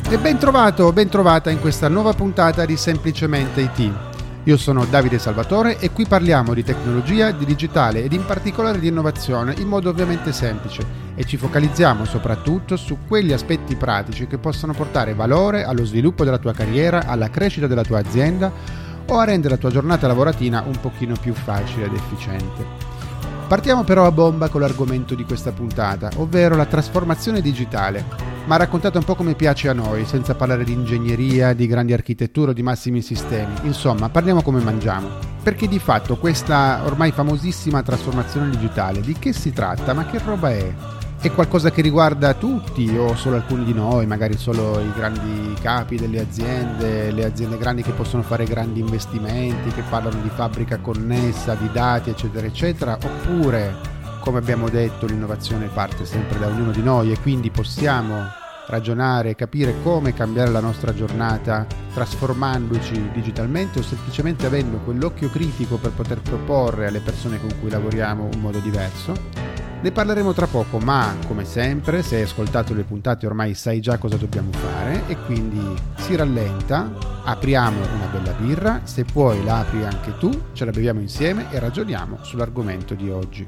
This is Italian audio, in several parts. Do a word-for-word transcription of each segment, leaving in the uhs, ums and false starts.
E ben trovato, ben trovata in questa nuova puntata di Semplicemente I T. Io sono Davide Salvatore e qui parliamo di tecnologia, di digitale ed in particolare di innovazione in modo ovviamente semplice e ci focalizziamo soprattutto su quegli aspetti pratici che possono portare valore allo sviluppo della tua carriera, alla crescita della tua azienda o a rendere la tua giornata lavorativa un pochino più facile ed efficiente. Partiamo però a bomba con l'argomento di questa puntata, ovvero la trasformazione digitale, ma raccontata un po' come piace a noi, senza parlare di ingegneria, di grandi architetture o di massimi sistemi. Insomma, parliamo come mangiamo. Perché di fatto questa ormai famosissima trasformazione digitale, di che si tratta? Ma che roba è? È qualcosa che riguarda tutti o solo alcuni di noi, magari solo i grandi capi delle aziende, le aziende grandi che possono fare grandi investimenti, che parlano di fabbrica connessa, di dati, eccetera, eccetera, oppure, come abbiamo detto, l'innovazione parte sempre da ognuno di noi e quindi possiamo ragionare e capire come cambiare la nostra giornata trasformandoci digitalmente o semplicemente avendo quell'occhio critico per poter proporre alle persone con cui lavoriamo un modo diverso. Ne parleremo tra poco, ma come sempre, se hai ascoltato le puntate ormai sai già cosa dobbiamo fare e quindi si rallenta, apriamo una bella birra, se puoi la apri anche tu, ce la beviamo insieme e ragioniamo sull'argomento di oggi.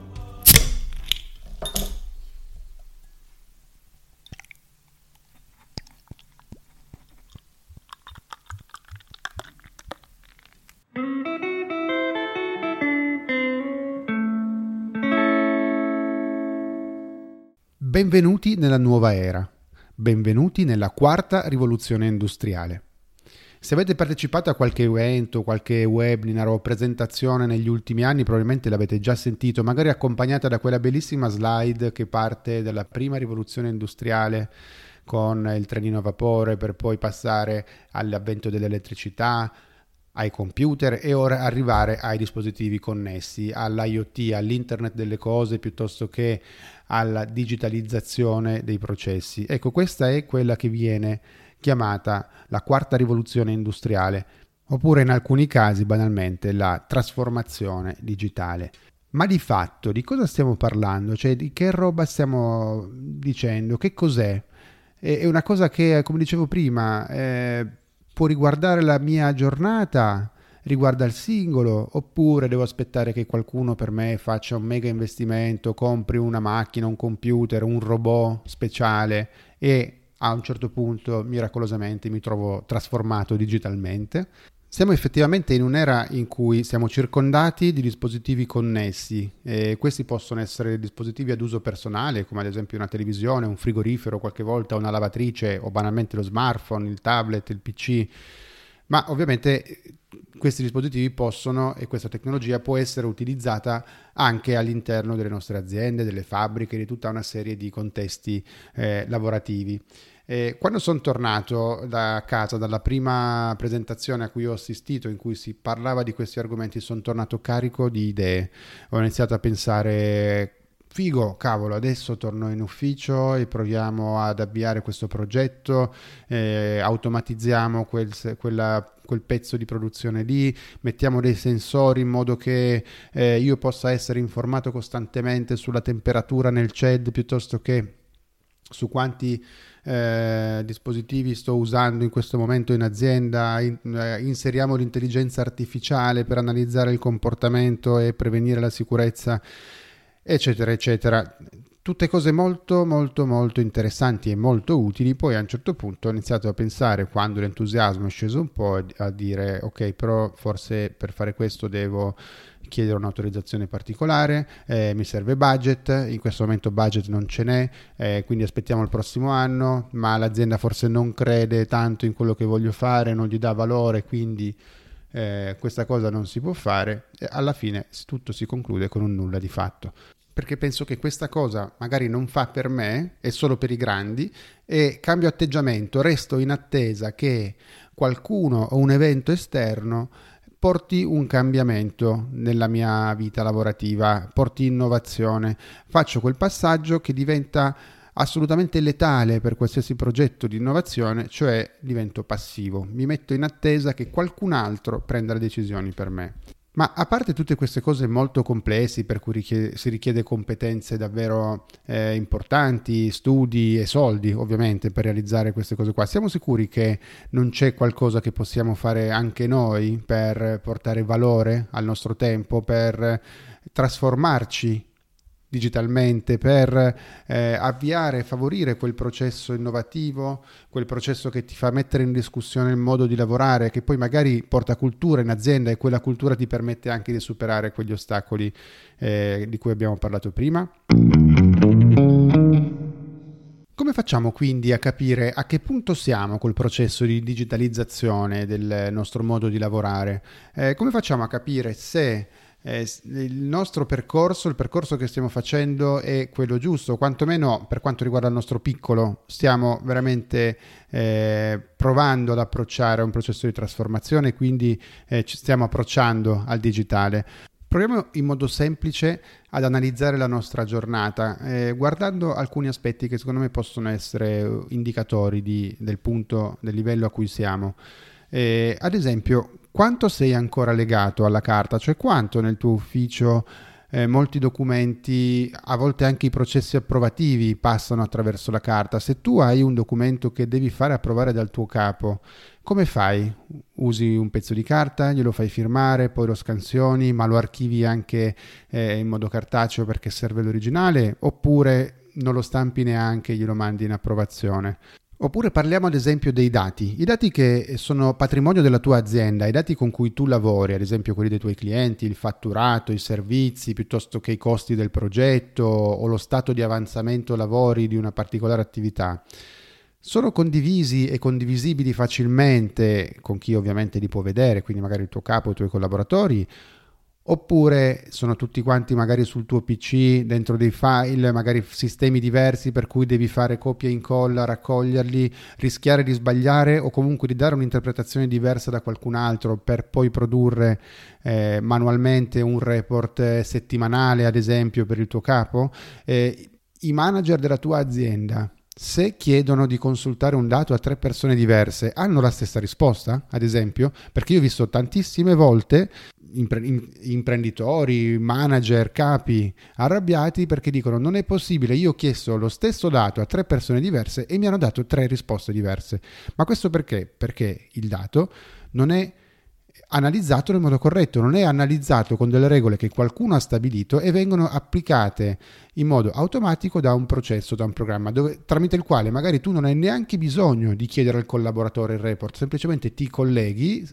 Benvenuti nella nuova era, benvenuti nella quarta rivoluzione industriale. Se avete partecipato a qualche evento, qualche webinar o presentazione negli ultimi anni, probabilmente l'avete già sentito, magari accompagnata da quella bellissima slide che parte dalla prima rivoluzione industriale con il trenino a vapore per poi passare all'avvento dell'elettricità, ai computer e ora arrivare ai dispositivi connessi, all'IoT, all'internet delle cose piuttosto che alla digitalizzazione dei processi. Ecco, questa è quella che viene chiamata la quarta rivoluzione industriale, oppure in alcuni casi banalmente la trasformazione digitale. Ma di fatto di cosa stiamo parlando? Cioè di che roba stiamo dicendo? Che cos'è? È una cosa che, come dicevo prima, eh, può riguardare la mia giornata, riguarda il singolo, oppure devo aspettare che qualcuno per me faccia un mega investimento, compri una macchina, un computer, un robot speciale e a un certo punto miracolosamente mi trovo trasformato digitalmente. Siamo effettivamente in un'era in cui siamo circondati di dispositivi connessi e questi possono essere dispositivi ad uso personale, come ad esempio una televisione, un frigorifero, qualche volta una lavatrice o banalmente lo smartphone, il tablet, il P C, ma ovviamente questi dispositivi possono e questa tecnologia può essere utilizzata anche all'interno delle nostre aziende, delle fabbriche, di tutta una serie di contesti eh, lavorativi. E quando sono tornato da casa dalla prima presentazione a cui ho assistito in cui si parlava di questi argomenti, sono tornato carico di idee. Ho iniziato a pensare: figo, cavolo, adesso torno in ufficio e proviamo ad avviare questo progetto, eh, automatizziamo quel, quella, quel pezzo di produzione lì, mettiamo dei sensori in modo che eh, io possa essere informato costantemente sulla temperatura nel C E D piuttosto che su quanti eh, dispositivi sto usando in questo momento in azienda, in, eh, inseriamo l'intelligenza artificiale per analizzare il comportamento e prevenire la sicurezza, eccetera eccetera. Tutte cose molto molto molto interessanti e molto utili. Poi a un certo punto ho iniziato a pensare, quando l'entusiasmo è sceso un po', a dire ok, però forse per fare questo devo chiedere un'autorizzazione particolare, eh, mi serve budget, in questo momento budget non ce n'è, eh, quindi aspettiamo il prossimo anno, ma l'azienda forse non crede tanto in quello che voglio fare, non gli dà valore, quindi eh, questa cosa non si può fare e alla fine tutto si conclude con un nulla di fatto. Perché penso che questa cosa magari non fa per me, è solo per i grandi, e cambio atteggiamento, resto in attesa che qualcuno o un evento esterno porti un cambiamento nella mia vita lavorativa, porti innovazione, faccio quel passaggio che diventa assolutamente letale per qualsiasi progetto di innovazione, cioè divento passivo, mi metto in attesa che qualcun altro prenda le decisioni per me. Ma a parte tutte queste cose molto complesse per cui richiede, si richiede competenze davvero eh, importanti, studi e soldi ovviamente per realizzare queste cose qua, siamo sicuri che non c'è qualcosa che possiamo fare anche noi per portare valore al nostro tempo, per trasformarci digitalmente, per eh, avviare e favorire quel processo innovativo, quel processo che ti fa mettere in discussione il modo di lavorare, che poi magari porta cultura in azienda e quella cultura ti permette anche di superare quegli ostacoli eh, di cui abbiamo parlato prima? Come facciamo quindi a capire a che punto siamo col processo di digitalizzazione del nostro modo di lavorare? Eh, come facciamo a capire se Eh, il nostro percorso, il percorso che stiamo facendo è quello giusto, quantomeno per quanto riguarda il nostro piccolo, stiamo veramente eh, provando ad approcciare a un processo di trasformazione, quindi eh, ci stiamo approcciando al digitale. Proviamo in modo semplice ad analizzare la nostra giornata, eh, guardando alcuni aspetti che secondo me possono essere indicatori di, del punto, del livello a cui siamo. Eh, ad esempio, quanto sei ancora legato alla carta, cioè quanto nel tuo ufficio eh, molti documenti, a volte anche i processi approvativi passano attraverso la carta. Se tu hai un documento che devi fare approvare dal tuo capo, come fai? Usi un pezzo di carta, glielo fai firmare, poi lo scansioni, ma lo archivi anche eh, in modo cartaceo perché serve l'originale, oppure non lo stampi neanche e glielo mandi in approvazione? Oppure parliamo ad esempio dei dati, i dati che sono patrimonio della tua azienda, i dati con cui tu lavori, ad esempio quelli dei tuoi clienti, il fatturato, i servizi, piuttosto che i costi del progetto o lo stato di avanzamento lavori di una particolare attività. Sono condivisi e condivisibili facilmente con chi ovviamente li può vedere, quindi magari il tuo capo o i tuoi collaboratori, oppure sono tutti quanti magari sul tuo P C, dentro dei file, magari sistemi diversi per cui devi fare copia e incolla, raccoglierli, rischiare di sbagliare o comunque di dare un'interpretazione diversa da qualcun altro per poi produrre eh, manualmente un report settimanale, ad esempio, per il tuo capo. Eh, i manager della tua azienda, se chiedono di consultare un dato a tre persone diverse, hanno la stessa risposta, ad esempio? Perché io ho visto tantissime volte imprenditori, manager, capi arrabbiati perché dicono non è possibile, io ho chiesto lo stesso dato a tre persone diverse e mi hanno dato tre risposte diverse. Ma questo perché? Perché il dato non è analizzato nel modo corretto, non è analizzato con delle regole che qualcuno ha stabilito e vengono applicate in modo automatico da un processo, da un programma dove, tramite il quale magari tu non hai neanche bisogno di chiedere al collaboratore il report, semplicemente ti colleghi.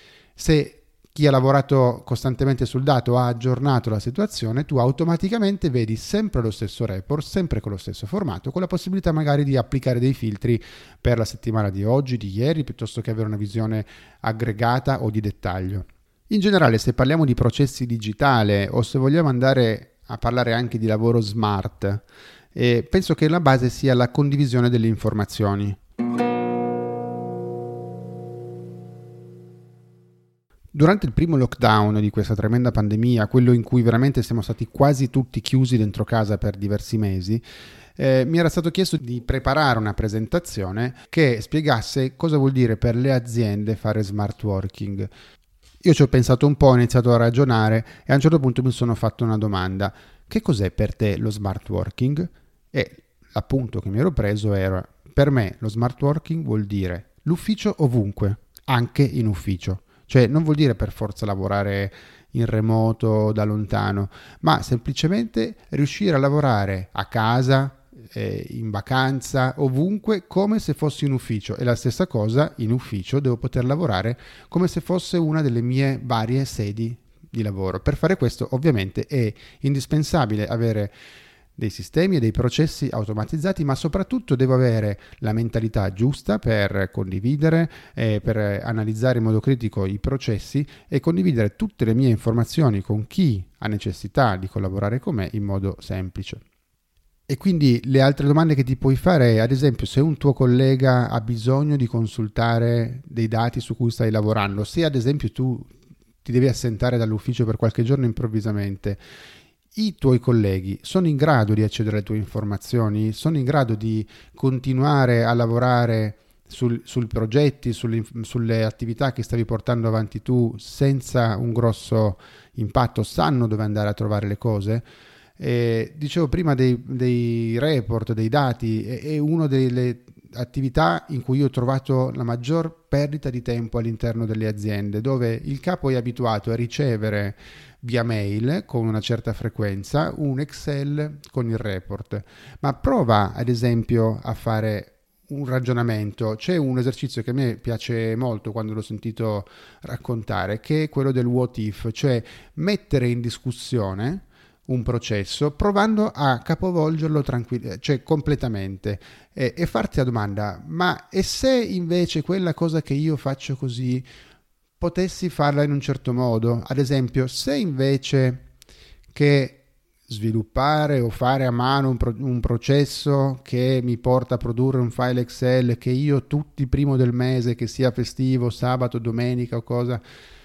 Se chi ha lavorato costantemente sul dato ha aggiornato la situazione, tu automaticamente vedi sempre lo stesso report, sempre con lo stesso formato, con la possibilità magari di applicare dei filtri per la settimana di oggi, di ieri, piuttosto che avere una visione aggregata o di dettaglio. In generale, se parliamo di processi digitali o se vogliamo andare a parlare anche di lavoro smart, eh, penso che la base sia la condivisione delle informazioni. Durante il primo lockdown di questa tremenda pandemia, quello in cui veramente siamo stati quasi tutti chiusi dentro casa per diversi mesi, eh, mi era stato chiesto di preparare una presentazione che spiegasse cosa vuol dire per le aziende fare smart working. Io ci ho pensato un po', ho iniziato a ragionare e a un certo punto mi sono fatto una domanda: che cos'è per te lo smart working? E l'appunto che mi ero preso era: per me lo smart working vuol dire l'ufficio ovunque, anche in ufficio. Cioè non vuol dire per forza lavorare in remoto, da lontano, ma semplicemente riuscire a lavorare a casa, eh, in vacanza, ovunque, come se fossi in ufficio. E la stessa cosa in ufficio, devo poter lavorare come se fosse una delle mie varie sedi di lavoro. Per fare questo ovviamente è indispensabile avere dei sistemi e dei processi automatizzati, ma soprattutto devo avere la mentalità giusta per condividere, eh, per analizzare in modo critico i processi e condividere tutte le mie informazioni con chi ha necessità di collaborare con me in modo semplice. E quindi le altre domande che ti puoi fare è, ad esempio, se un tuo collega ha bisogno di consultare dei dati su cui stai lavorando, se ad esempio tu ti devi assentare dall'ufficio per qualche giorno improvvisamente, i tuoi colleghi sono in grado di accedere alle tue informazioni? Sono in grado di continuare a lavorare sul, sui progetti, sulle, sulle attività che stavi portando avanti tu senza un grosso impatto, sanno dove andare a trovare le cose. Eh, dicevo prima dei, dei report, dei dati, è, è una delle attività in cui io ho trovato la maggior perdita di tempo all'interno delle aziende, dove il capo è abituato a ricevere via mail con una certa frequenza un Excel con il report, ma prova ad esempio a fare un ragionamento. C'è un esercizio che a me piace molto quando l'ho sentito raccontare, che è quello del what if, cioè mettere in discussione un processo provando a capovolgerlo tranquill- cioè completamente, e, e farti la domanda: ma e se invece quella cosa che io faccio così potessi farla in un certo modo? Ad esempio, se invece che sviluppare o fare a mano un, pro- un processo che mi porta a produrre un file Excel che io tutti primo del mese, che sia festivo, sabato, domenica o cosa,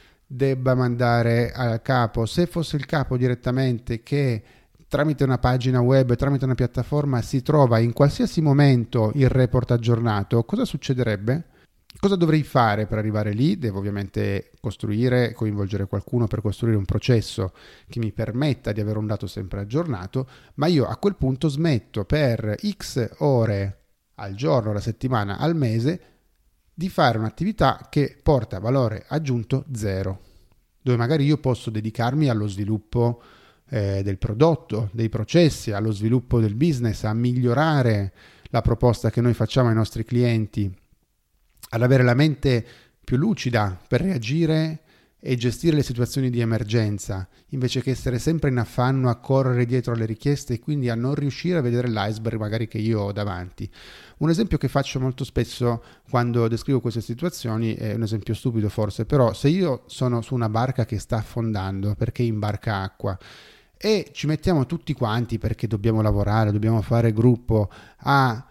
debba mandare al capo, se fosse il capo direttamente che tramite una pagina web, tramite una piattaforma si trova in qualsiasi momento il report aggiornato, cosa succederebbe? Cosa dovrei fare per arrivare lì? Devo ovviamente costruire, coinvolgere qualcuno per costruire un processo che mi permetta di avere un dato sempre aggiornato, ma io a quel punto smetto per X ore al giorno, alla settimana, al mese di fare un'attività che porta valore aggiunto zero, dove magari io posso dedicarmi allo sviluppo eh, del prodotto, dei processi, allo sviluppo del business, a migliorare la proposta che noi facciamo ai nostri clienti, ad avere la mente più lucida per reagire e gestire le situazioni di emergenza, invece che essere sempre in affanno a correre dietro alle richieste e quindi a non riuscire a vedere l'iceberg magari che io ho davanti. Un esempio che faccio molto spesso quando descrivo queste situazioni è un esempio stupido forse, però se io sono su una barca che sta affondando perché imbarca acqua e ci mettiamo tutti quanti, perché dobbiamo lavorare, dobbiamo fare gruppo, a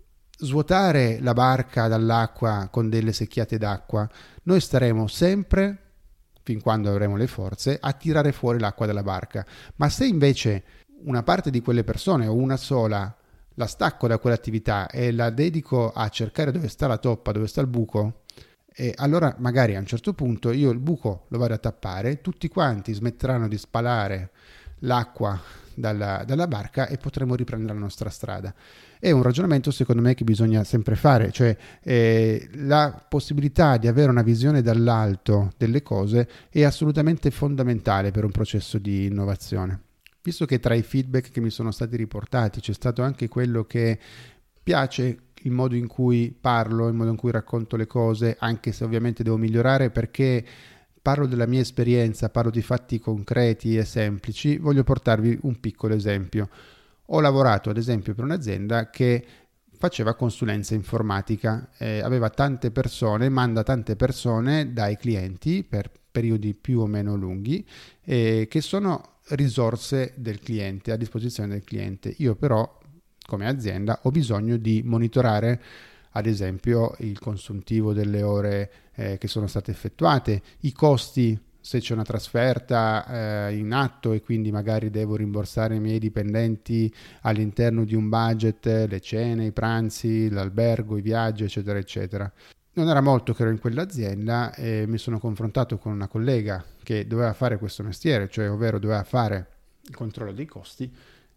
svuotare la barca dall'acqua con delle secchiate d'acqua, noi staremo sempre, fin quando avremo le forze, a tirare fuori l'acqua dalla barca. Ma se invece una parte di quelle persone o una sola la stacco da quell'attività e la dedico a cercare dove sta la toppa, dove sta il buco, e allora magari a un certo punto io il buco lo vado a tappare, tutti quanti smetteranno di spalare l'acqua dalla, dalla barca e potremo riprendere la nostra strada. È un ragionamento secondo me che bisogna sempre fare, cioè eh, la possibilità di avere una visione dall'alto delle cose è assolutamente fondamentale per un processo di innovazione. Visto che tra i feedback che mi sono stati riportati c'è stato anche quello che piace il modo in cui parlo, il modo in cui racconto le cose, anche se ovviamente devo migliorare perché parlo della mia esperienza, parlo di fatti concreti e semplici, voglio portarvi un piccolo esempio. Ho lavorato ad esempio per un'azienda che faceva consulenza informatica, eh, aveva tante persone, manda tante persone dai clienti per periodi più o meno lunghi, eh, che sono risorse del cliente, a disposizione del cliente. Io però come azienda ho bisogno di monitorare ad esempio il consuntivo delle ore eh, che sono state effettuate, i costi se c'è una trasferta eh, in atto e quindi magari devo rimborsare i miei dipendenti all'interno di un budget, le cene, i pranzi, l'albergo, i viaggi, eccetera, eccetera. Non era molto che ero in quell'azienda e mi sono confrontato con una collega che doveva fare questo mestiere, cioè ovvero doveva fare il controllo dei costi,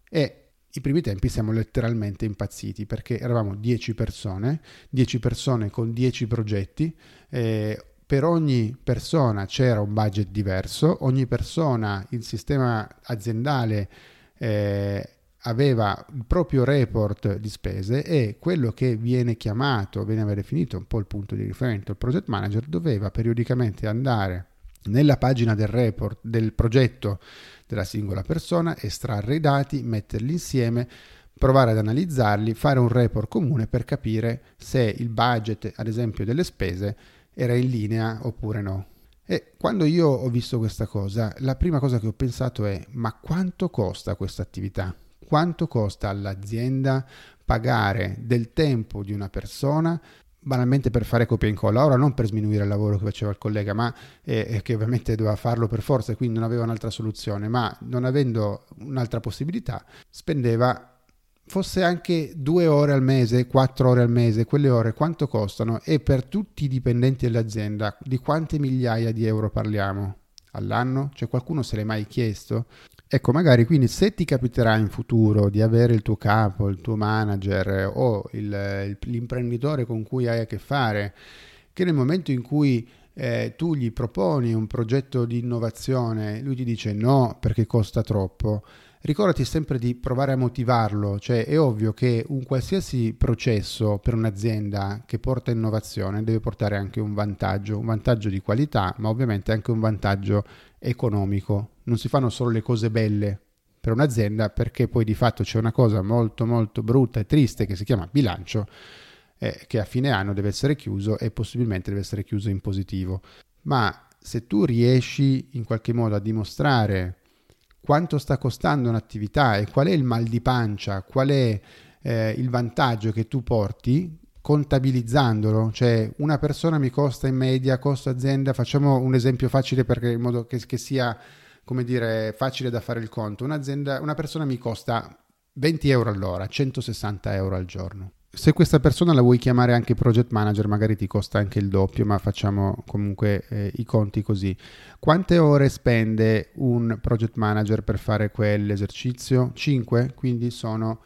e i primi tempi siamo letteralmente impazziti perché eravamo dieci persone, dieci persone con dieci progetti, eh, per ogni persona c'era un budget diverso, ogni persona, il sistema aziendale eh, aveva il proprio report di spese e quello che viene chiamato, viene definito un po' il punto di riferimento, il project manager doveva periodicamente andare nella pagina del report del progetto della singola persona, estrarre i dati, metterli insieme, provare ad analizzarli, fare un report comune per capire se il budget, ad esempio, delle spese era in linea oppure no. E quando io ho visto questa cosa, la prima cosa che ho pensato è: ma quanto costa questa attività? Quanto costa all'azienda pagare del tempo di una persona banalmente per fare copia e incolla? Ora non per sminuire il lavoro che faceva il collega, ma eh, che ovviamente doveva farlo per forza e quindi non aveva un'altra soluzione, ma non avendo un'altra possibilità spendeva fosse anche due ore al mese, quattro ore al mese, quelle ore quanto costano? E per tutti i dipendenti dell'azienda di quante migliaia di euro parliamo all'anno? Cioè, qualcuno se l'è mai chiesto? Ecco, magari quindi se ti capiterà in futuro di avere il tuo capo, il tuo manager o il, il, l'imprenditore con cui hai a che fare, che nel momento in cui eh, tu gli proponi un progetto di innovazione, lui ti dice no perché costa troppo, ricordati sempre di provare a motivarlo. Cioè, è ovvio che un qualsiasi processo per un'azienda che porta innovazione deve portare anche un vantaggio, un vantaggio di qualità, ma ovviamente anche un vantaggio economico. Non si fanno solo le cose belle per un'azienda, perché poi di fatto c'è una cosa molto molto brutta e triste che si chiama bilancio, eh, che a fine anno deve essere chiuso e possibilmente deve essere chiuso in positivo. Ma se tu riesci in qualche modo a dimostrare quanto sta costando un'attività e qual è il mal di pancia, qual è eh, il vantaggio che tu porti, contabilizzandolo, cioè una persona mi costa in media, costo azienda, facciamo un esempio facile perché in modo che, che sia, come dire, facile da fare il conto. Un'azienda, una persona mi costa venti euro all'ora, centosessanta euro al giorno. Se questa persona la vuoi chiamare anche project manager, magari ti costa anche il doppio, ma facciamo comunque eh, i conti così. Quante ore spende un project manager per fare quell'esercizio? cinque, quindi sono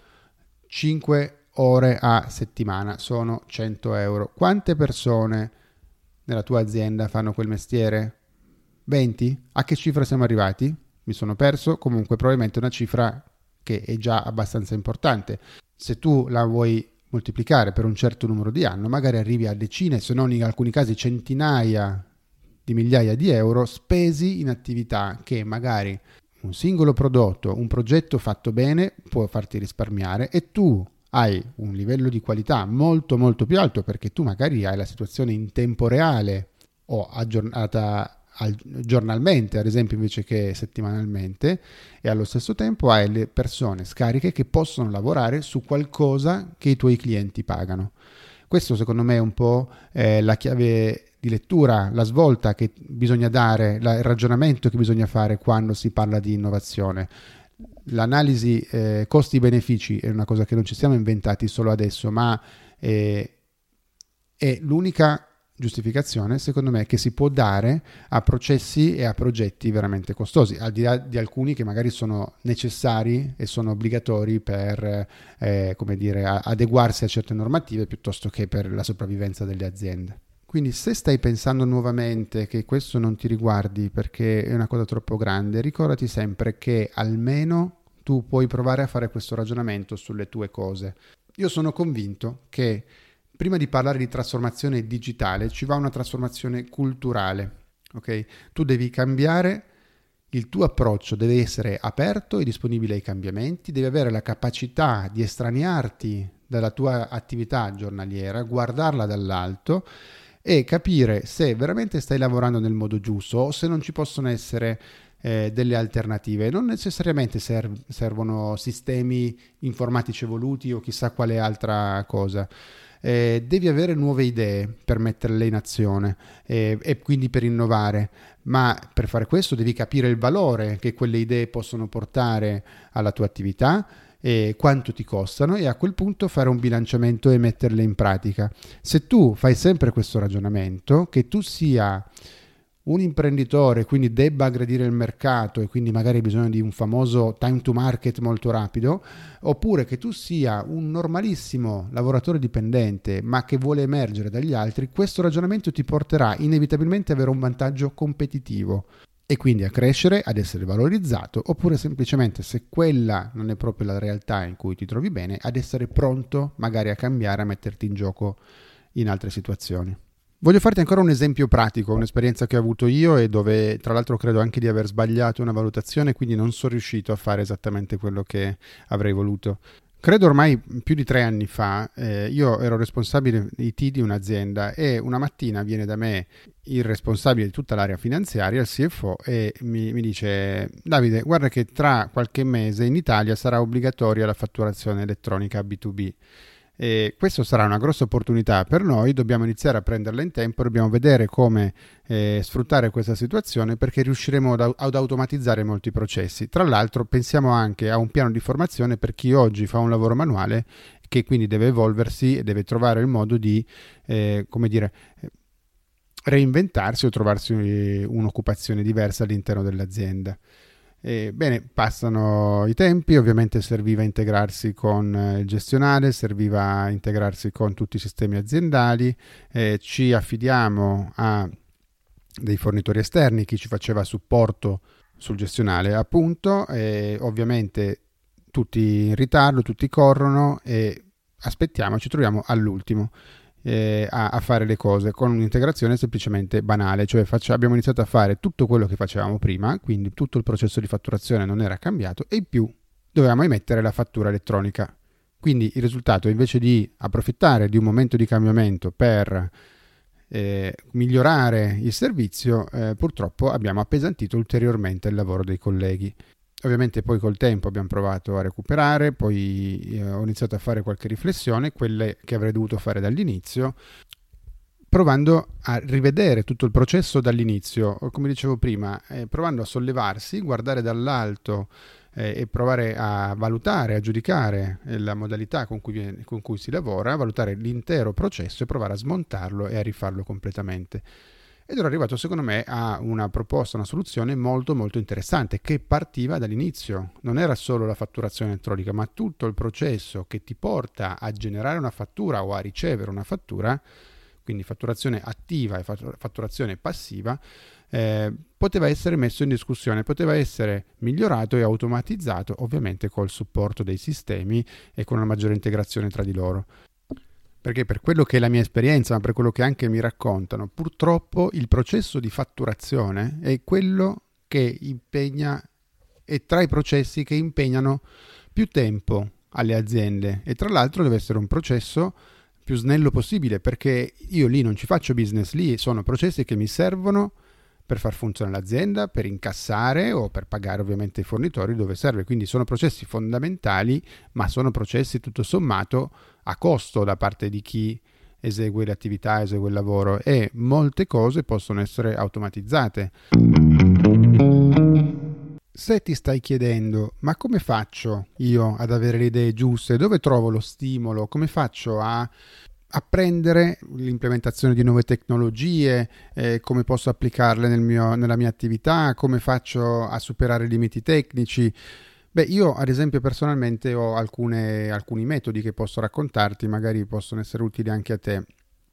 cinque ore a settimana, sono cento euro. Quante persone nella tua azienda fanno quel mestiere? venti? A che cifra siamo arrivati? Mi sono perso, comunque probabilmente una cifra che è già abbastanza importante. Se tu la vuoi moltiplicare per un certo numero di anni, magari arrivi a decine, se non in alcuni casi centinaia di migliaia di euro spesi in attività che magari un singolo prodotto, un progetto fatto bene può farti risparmiare, e tu hai un livello di qualità molto molto più alto perché tu magari hai la situazione in tempo reale o aggiornata giornalmente, ad esempio, invece che settimanalmente, e allo stesso tempo hai le persone scariche che possono lavorare su qualcosa che i tuoi clienti pagano. Questo secondo me è un po' eh, la chiave di lettura, la svolta che bisogna dare, la, il ragionamento che bisogna fare quando si parla di innovazione. L'analisi eh, costi-benefici è una cosa che non ci siamo inventati solo adesso, ma eh, è l'unica giustificazione, secondo me, che si può dare a processi e a progetti veramente costosi, al di là di alcuni che magari sono necessari e sono obbligatori per eh, come dire, adeguarsi a certe normative piuttosto che per la sopravvivenza delle aziende. Quindi se stai pensando nuovamente che questo non ti riguardi perché è una cosa troppo grande, ricordati sempre che almeno tu puoi provare a fare questo ragionamento sulle tue cose. Io sono convinto che prima di parlare di trasformazione digitale ci va una trasformazione culturale, ok? Tu devi cambiare il tuo approccio, deve essere aperto e disponibile ai cambiamenti, devi avere la capacità di estraniarti dalla tua attività giornaliera, guardarla dall'alto e capire se veramente stai lavorando nel modo giusto o se non ci possono essere eh, delle alternative. Non necessariamente serv- servono sistemi informatici evoluti o chissà quale altra cosa. Eh, devi avere nuove idee per metterle in azione eh, e quindi per innovare, ma per fare questo devi capire il valore che quelle idee possono portare alla tua attività e quanto ti costano, e a quel punto fare un bilanciamento e metterle in pratica. Se tu fai sempre questo ragionamento, che tu sia un imprenditore, quindi debba aggredire il mercato e quindi magari hai bisogno di un famoso time to market molto rapido, oppure che tu sia un normalissimo lavoratore dipendente ma che vuole emergere dagli altri, questo ragionamento ti porterà inevitabilmente ad avere un vantaggio competitivo e quindi a crescere, ad essere valorizzato, oppure semplicemente, se quella non è proprio la realtà in cui ti trovi bene, ad essere pronto magari a cambiare, a metterti in gioco in altre situazioni. Voglio farti ancora un esempio pratico, un'esperienza che ho avuto io e dove tra l'altro credo anche di aver sbagliato una valutazione, quindi non sono riuscito a fare esattamente quello che avrei voluto. Credo ormai più di tre anni fa eh, io ero responsabile I T di un'azienda e una mattina viene da me il responsabile di tutta l'area finanziaria, il C F O, e mi, mi dice: Davide, guarda che tra qualche mese in Italia sarà obbligatoria la fatturazione elettronica B due B. E questo sarà una grossa opportunità per noi, dobbiamo iniziare a prenderla in tempo, dobbiamo vedere come eh, sfruttare questa situazione, perché riusciremo ad, ad automatizzare molti processi. Tra l'altro pensiamo anche a un piano di formazione per chi oggi fa un lavoro manuale, che quindi deve evolversi e deve trovare il modo di, eh, come dire, reinventarsi o trovarsi un'occupazione diversa all'interno dell'azienda. Eh, bene, passano i tempi, ovviamente serviva integrarsi con il gestionale, serviva integrarsi con tutti i sistemi aziendali, eh, ci affidiamo a dei fornitori esterni, chi ci faceva supporto sul gestionale appunto, e ovviamente tutti in ritardo, tutti corrono e aspettiamo, ci troviamo all'ultimo. Eh, a, a fare le cose con un'integrazione semplicemente banale, cioè faccia, abbiamo iniziato a fare tutto quello che facevamo prima, quindi tutto il processo di fatturazione non era cambiato e in più dovevamo emettere la fattura elettronica. Quindi il risultato, invece di approfittare di un momento di cambiamento per eh, migliorare il servizio, eh, purtroppo abbiamo appesantito ulteriormente il lavoro dei colleghi. Ovviamente poi col tempo abbiamo provato a recuperare, poi eh, ho iniziato a fare qualche riflessione, quelle che avrei dovuto fare dall'inizio, provando a rivedere tutto il processo dall'inizio, come dicevo prima, eh, provando a sollevarsi, guardare dall'alto eh, e provare a valutare, a giudicare eh, la modalità con cui, viene, con cui si lavora, valutare l'intero processo e provare a smontarlo e a rifarlo completamente. Ed ero arrivato secondo me a una proposta, una soluzione molto molto interessante, che partiva dall'inizio. Non era solo la fatturazione elettronica, ma tutto il processo che ti porta a generare una fattura o a ricevere una fattura, quindi fatturazione attiva e fatturazione passiva, eh, poteva essere messo in discussione, poteva essere migliorato e automatizzato, ovviamente col supporto dei sistemi e con una maggiore integrazione tra di loro. Perché per quello che è la mia esperienza, ma per quello che anche mi raccontano, purtroppo il processo di fatturazione è quello che impegna, è tra i processi che impegnano più tempo alle aziende, e tra l'altro deve essere un processo più snello possibile, perché io lì non ci faccio business, lì sono processi che mi servono per far funzionare l'azienda, per incassare o per pagare ovviamente i fornitori dove serve. Quindi sono processi fondamentali, ma sono processi tutto sommato a costo da parte di chi esegue le attività, esegue il lavoro, e molte cose possono essere automatizzate. Se ti stai chiedendo ma come faccio io ad avere le idee giuste, dove trovo lo stimolo, come faccio a apprendere l'implementazione di nuove tecnologie, eh, come posso applicarle nel mio, nella mia attività, come faccio a superare i limiti tecnici. Beh, io ad esempio personalmente ho alcune, alcuni metodi che posso raccontarti, magari possono essere utili anche a te.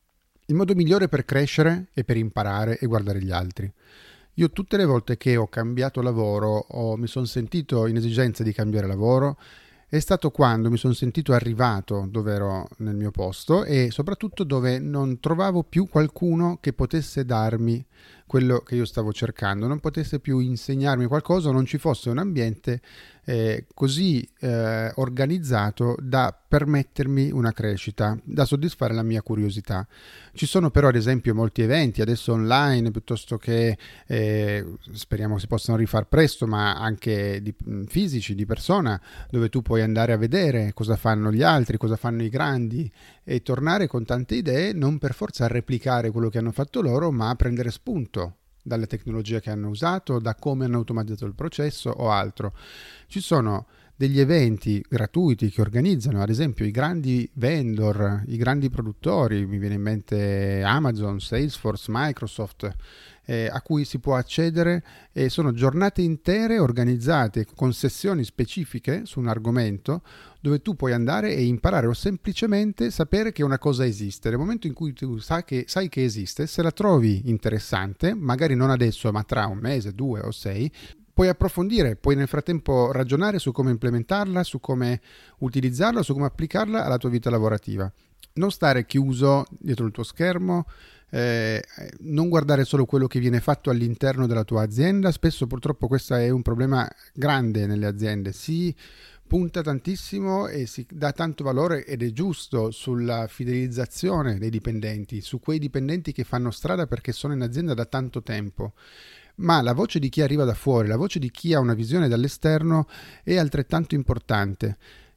Il modo migliore per crescere è per imparare e guardare gli altri. Io tutte le volte che ho cambiato lavoro o mi sono sentito in esigenza di cambiare lavoro, è stato quando mi sono sentito arrivato dove ero nel mio posto e soprattutto dove non trovavo più qualcuno che potesse darmi quello che io stavo cercando, non potesse più insegnarmi qualcosa, non ci fosse un ambiente eh, così eh, organizzato da permettermi una crescita, da soddisfare la mia curiosità. Ci sono però ad esempio molti eventi adesso online, piuttosto che eh, speriamo si possano rifar presto, ma anche di, fisici, di persona, dove tu puoi andare a vedere cosa fanno gli altri, cosa fanno i grandi e tornare con tante idee, non per forza a replicare quello che hanno fatto loro, ma a prendere spunto dalle tecnologie che hanno usato, da come hanno automatizzato il processo o altro. Ci sono degli eventi gratuiti che organizzano, ad esempio i grandi vendor, i grandi produttori, mi viene in mente Amazon, Salesforce, Microsoft, eh, a cui si può accedere, e sono giornate intere organizzate con sessioni specifiche su un argomento dove tu puoi andare e imparare o semplicemente sapere che una cosa esiste. Nel momento in cui tu sai che, sai che esiste, se la trovi interessante, magari non adesso ma tra un mese, due o sei, puoi approfondire, puoi nel frattempo ragionare su come implementarla, su come utilizzarla, su come applicarla alla tua vita lavorativa. Non stare chiuso dietro il tuo schermo, eh, non guardare solo quello che viene fatto all'interno della tua azienda. Spesso purtroppo questo è un problema grande nelle aziende, si punta tantissimo e si dà tanto valore, ed è giusto, sulla fidelizzazione dei dipendenti, su quei dipendenti che fanno strada perché sono in azienda da tanto tempo. Ma la voce di chi arriva da fuori, la voce di chi ha una visione dall'esterno è altrettanto importante.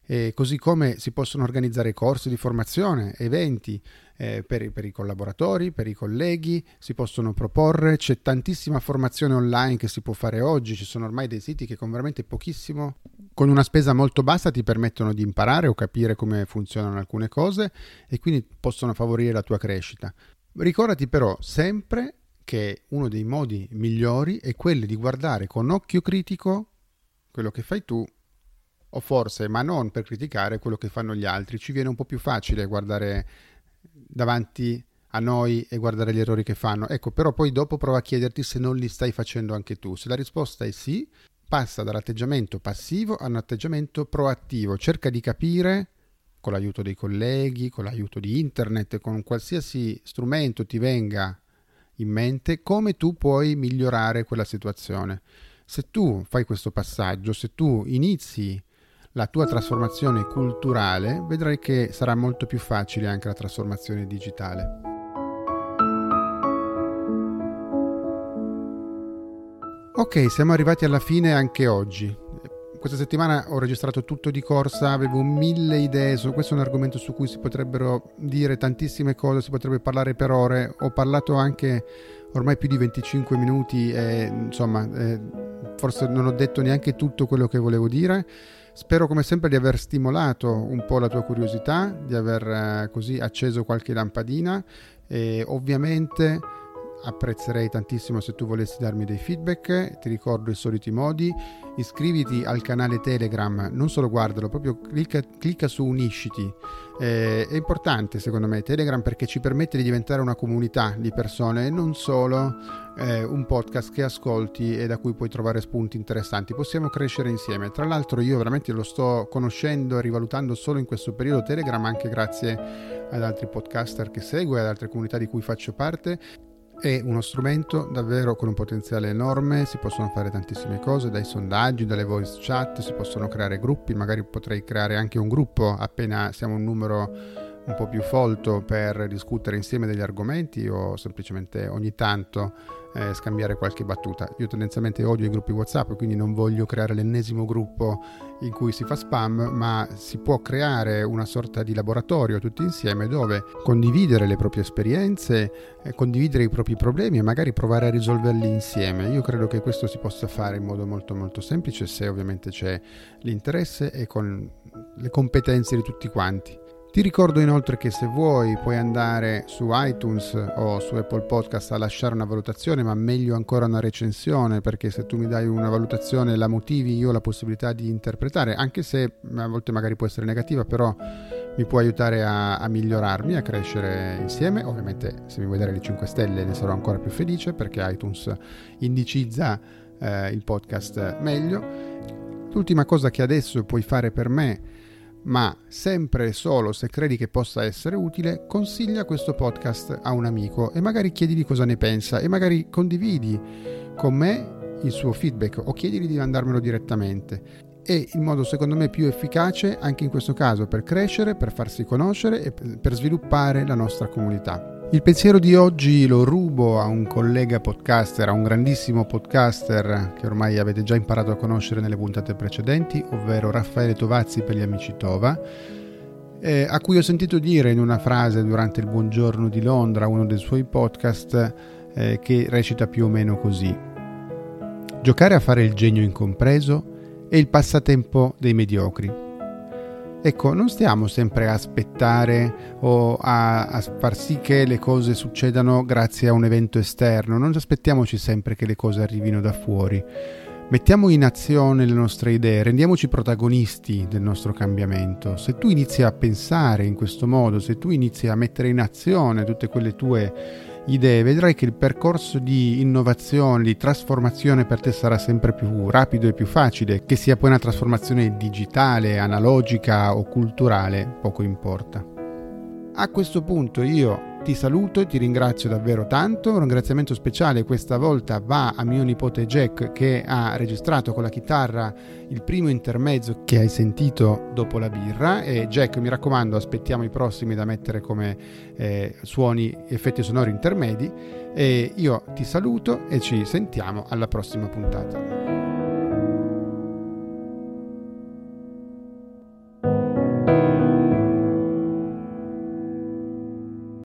E così come si possono organizzare corsi di formazione, eventi eh, per, per i collaboratori, per i colleghi, si possono proporre, c'è tantissima formazione online che si può fare oggi, ci sono ormai dei siti che con veramente pochissimo, con una spesa molto bassa, ti permettono di imparare o capire come funzionano alcune cose e quindi possono favorire la tua crescita. Ricordati però sempre che uno dei modi migliori è quello di guardare con occhio critico quello che fai tu, o forse, ma non per criticare, quello che fanno gli altri. Ci viene un po' più facile guardare davanti a noi e guardare gli errori che fanno. Ecco, però poi dopo prova a chiederti se non li stai facendo anche tu. Se la risposta è sì, passa dall'atteggiamento passivo a un atteggiamento proattivo. Cerca di capire, con l'aiuto dei colleghi, con l'aiuto di internet, con qualsiasi strumento ti venga in mente, come tu puoi migliorare quella situazione. Se tu fai questo passaggio, se tu inizi la tua trasformazione culturale, vedrai che sarà molto più facile anche la trasformazione digitale. Ok, siamo arrivati alla fine anche oggi. Questa settimana ho registrato tutto di corsa, avevo mille idee, su questo è un argomento su cui si potrebbero dire tantissime cose, si potrebbe parlare per ore. Ho parlato anche ormai più di venticinque minuti e insomma eh, forse non ho detto neanche tutto quello che volevo dire. Spero come sempre di aver stimolato un po' la tua curiosità, di aver eh, così acceso qualche lampadina e ovviamente apprezzerei tantissimo se tu volessi darmi dei feedback. Ti ricordo i soliti modi: iscriviti al canale Telegram, non solo guardalo, proprio clicca, clicca su unisciti. Eh, è importante secondo me Telegram perché ci permette di diventare una comunità di persone e non solo eh, un podcast che ascolti e da cui puoi trovare spunti interessanti. Possiamo crescere insieme. Tra l'altro io veramente lo sto conoscendo e rivalutando solo in questo periodo Telegram, anche grazie ad altri podcaster che seguo e ad altre comunità di cui faccio parte. È uno strumento davvero con un potenziale enorme, si possono fare tantissime cose, dai sondaggi, dalle voice chat, si possono creare gruppi, magari potrei creare anche un gruppo appena siamo un numero un po' più folto per discutere insieme degli argomenti o semplicemente ogni tanto eh, scambiare qualche battuta. Io tendenzialmente odio i gruppi WhatsApp, quindi non voglio creare l'ennesimo gruppo in cui si fa spam, ma si può creare una sorta di laboratorio tutti insieme dove condividere le proprie esperienze, eh, condividere i propri problemi e magari provare a risolverli insieme. Io credo che questo si possa fare in modo molto molto semplice, se ovviamente c'è l'interesse e con le competenze di tutti quanti. Ti ricordo inoltre che se vuoi puoi andare su iTunes o su Apple Podcast a lasciare una valutazione, ma meglio ancora una recensione, perché se tu mi dai una valutazione e la motivi, io ho la possibilità di interpretare, anche se a volte magari può essere negativa, però mi può aiutare a, a migliorarmi, a crescere insieme. Ovviamente se mi vuoi dare le cinque stelle ne sarò ancora più felice, perché iTunes indicizza eh, il podcast meglio. L'ultima cosa che adesso puoi fare per me, ma sempre e solo se credi che possa essere utile, consiglia questo podcast a un amico e magari chiedigli cosa ne pensa e magari condividi con me il suo feedback o chiedigli di mandarmelo direttamente. È il modo secondo me più efficace anche in questo caso per crescere, per farsi conoscere e per sviluppare la nostra comunità. Il pensiero di oggi lo rubo a un collega podcaster, a un grandissimo podcaster che ormai avete già imparato a conoscere nelle puntate precedenti, ovvero Raffaele Tovazzi per gli amici Tova, eh, a cui ho sentito dire in una frase durante il Buongiorno di Londra, uno dei suoi podcast, eh, che recita più o meno così: giocare a fare il genio incompreso è il passatempo dei mediocri. Ecco, non stiamo sempre a aspettare o a, a far sì che le cose succedano grazie a un evento esterno, non aspettiamoci sempre che le cose arrivino da fuori. Mettiamo in azione le nostre idee, rendiamoci protagonisti del nostro cambiamento. Se tu inizi a pensare in questo modo, se tu inizi a mettere in azione tutte quelle tue idee, vedrai che il percorso di innovazione, di trasformazione per te sarà sempre più rapido e più facile, che sia poi una trasformazione digitale, analogica o culturale, poco importa. A questo punto io ti saluto e ti ringrazio davvero tanto. Un ringraziamento speciale questa volta va a mio nipote Jack, che ha registrato con la chitarra il primo intermezzo che hai sentito dopo la birra. E Jack, mi raccomando, aspettiamo i prossimi da mettere come eh, suoni, effetti sonori intermedi. E io ti saluto e ci sentiamo alla prossima puntata.